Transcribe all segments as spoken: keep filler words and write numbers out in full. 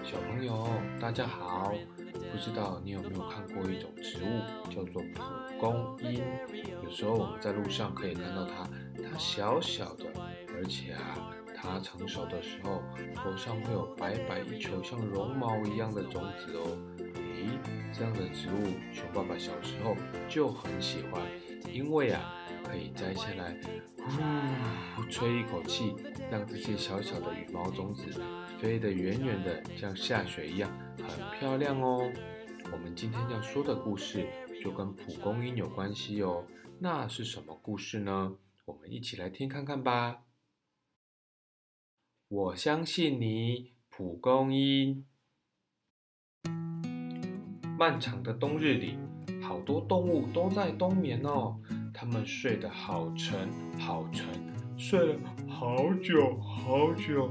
小朋友，大家好！不知道你有没有看过一种植物，叫做蒲公英。有时候我们在路上可以看到它，它小小的，而且啊，它成熟的时候，头上会有白白一球像绒毛一样的种子哦。诶，这样的植物，熊爸爸小时候就很喜欢，因为啊，可以摘下来，呼，吹一口气，让这些小小的羽毛种子飞得远远的，像下雪一样，很漂亮哦。我们今天要说的故事就跟蒲公英有关系哦。那是什么故事呢？我们一起来听看看吧。我相信你，蒲公英。漫长的冬日里，好多动物都在冬眠哦。它们睡得好沉好沉，睡了好久好久。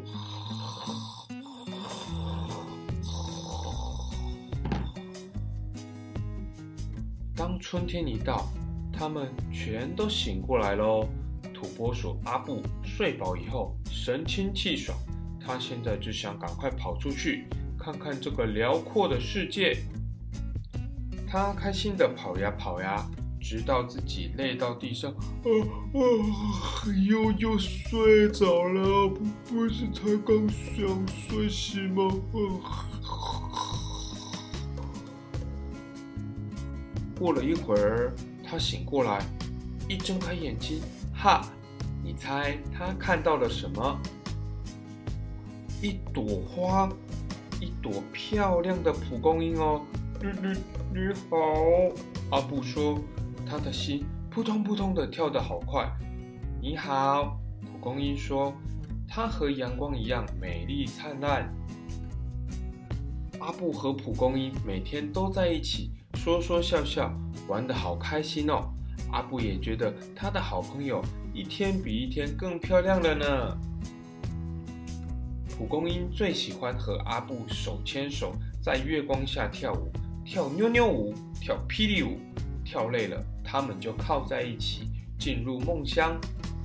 当春天一到，它们全都醒过来喽。土拨鼠阿布睡饱以后，神清气爽。他现在只想赶快跑出去，看看这个辽阔的世界。他开心地跑呀跑呀，直到自己累到地上，啊啊，又又睡着了，不不是才刚想睡醒吗？过了一会儿，他醒过来，一睁开眼睛，哈，你猜他看到了什么？一朵花，一朵漂亮的蒲公英哦。你你你好，阿布说，他的心扑通扑通的跳得好快。你好，蒲公英说，它和阳光一样美丽灿烂。阿布和蒲公英每天都在一起，说说笑笑，玩得好开心哦。阿布也觉得他的好朋友一天比一天更漂亮了呢。蒲公英最喜欢和阿布手牵手，在月光下跳舞，跳妞妞舞，跳霹雳舞，跳累了，他们就靠在一起，进入梦乡。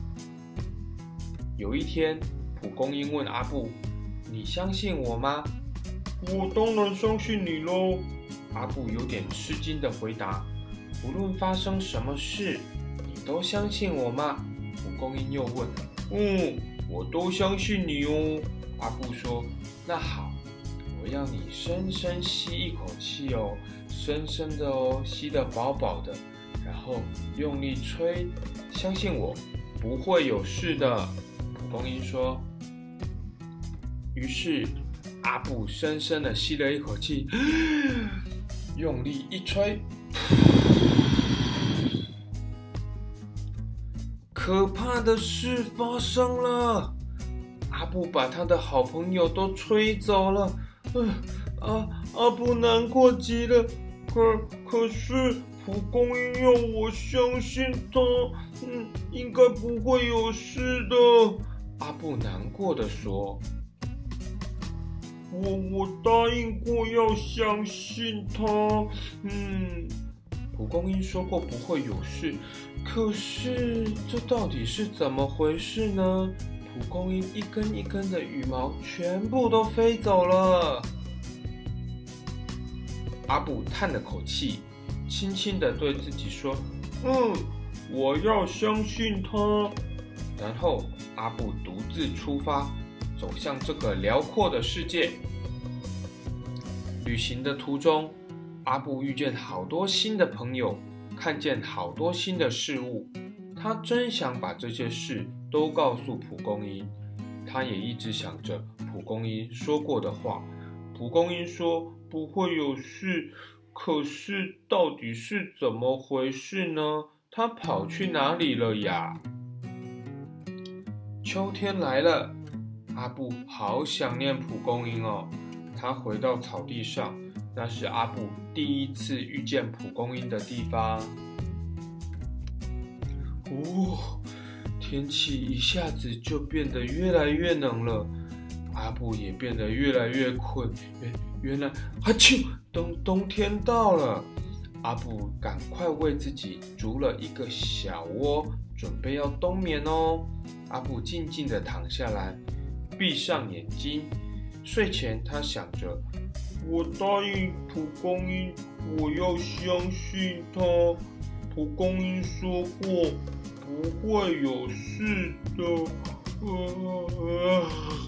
有一天，蒲公英问阿布：“你相信我吗？”“我当然相信你喽。”阿布有点吃惊地回答。“无论发生什么事，你都相信我吗？”蒲公英又问。“嗯，我都相信你哦。”阿布说：“那好，我要你深深吸一口气哦，深深的哦，吸得饱饱的，然后用力吹，相信我，不会有事的。”蒲公英说。于是阿布深深的吸了一口气，用力一吹，可怕的事发生了。阿布把他的好朋友都吹走了，呃、阿阿布难过极了。可可是蒲公英要我相信他，嗯，应该不会有事的。阿布难过地说：“我我答应过要相信他，嗯。”蒲公英说过不会有事，可是这到底是怎么回事呢？蒲公英一根一根的羽毛全部都飞走了。阿布叹了口气，轻轻地对自己说：“嗯，我要相信他。”然后阿布独自出发，走向这个辽阔的世界。旅行的途中，阿布遇见好多新的朋友，看见好多新的事物。他真想把这些事都告诉蒲公英，他也一直想着蒲公英说过的话。蒲公英说不会有事，可是到底是怎么回事呢？他跑去哪里了呀？秋天来了，阿布好想念蒲公英哦。他回到草地上，那是阿布第一次遇见蒲公英的地方。哦，天气一下子就变得越来越冷了，阿布也变得越来越困。原原来，哈啾，冬冬天到了。阿布赶快为自己筑了一个小窝，准备要冬眠哦。阿布静静地躺下来，闭上眼睛， 睡前他想着， 我答应蒲公英，我要相信他。蒲公英说过不会有事的。呃、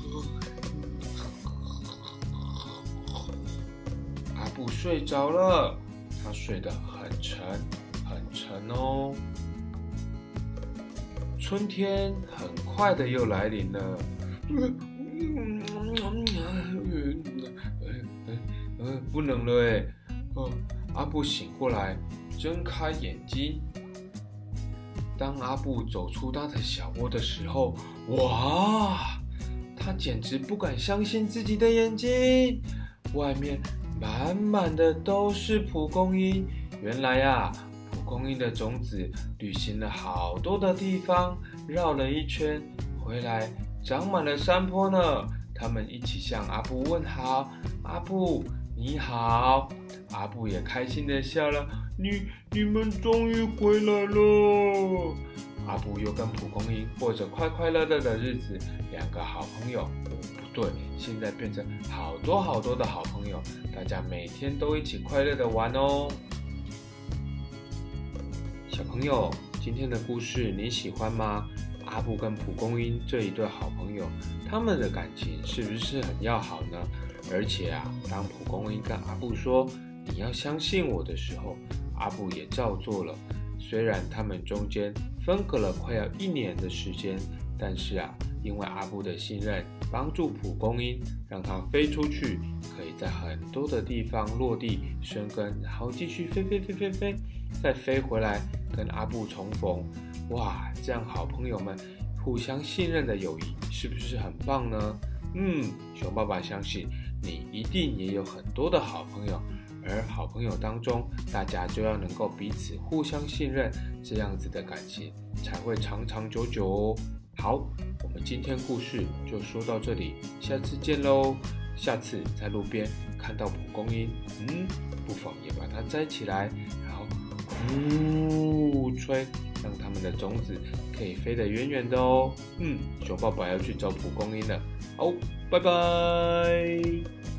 阿布睡着了，他睡得很沉很沉哦。春天很快的又来临了。呃，不能了哎！哦，阿布醒过来，睁开眼睛。当阿布走出他的小窝的时候，哇！他简直不敢相信自己的眼睛，外面满满的都是蒲公英。原来啊，蒲公英的种子旅行了好多的地方，绕了一圈，回来长满了山坡呢。他们一起向阿布问好，阿布你好。阿布也开心的笑了， 你你们终于回来了。 阿布又跟蒲公英过着快快乐乐的日子，两个好朋友，不对，现在变成好多好多的好朋友，大家每天都一起快乐的玩哦。小朋友，今天的故事你喜欢吗？阿布跟蒲公英这一对好朋友，他们的感情是不是很要好呢？而且啊，当蒲公英跟阿布说你要相信我的时候，阿布也照做了。虽然他们中间分隔了快要一年的时间，但是啊，因为阿布的信任，帮助蒲公英，让它飞出去，可以在很多的地方落地生根，然后继续飞飞飞飞飞，再飞回来跟阿布重逢。哇，这样好朋友们互相信任的友谊是不是很棒呢？嗯，熊爸爸相信你一定也有很多的好朋友，而好朋友当中，大家就要能够彼此互相信任，这样子的感情才会长长久久哦。好，我们今天故事就说到这里，下次见喽。下次在路边看到蒲公英，嗯，不妨也把它摘起来，然后呼吹，让它们的种子可以飞得远远的哦。嗯，熊爸爸要去找蒲公英了。好，拜拜。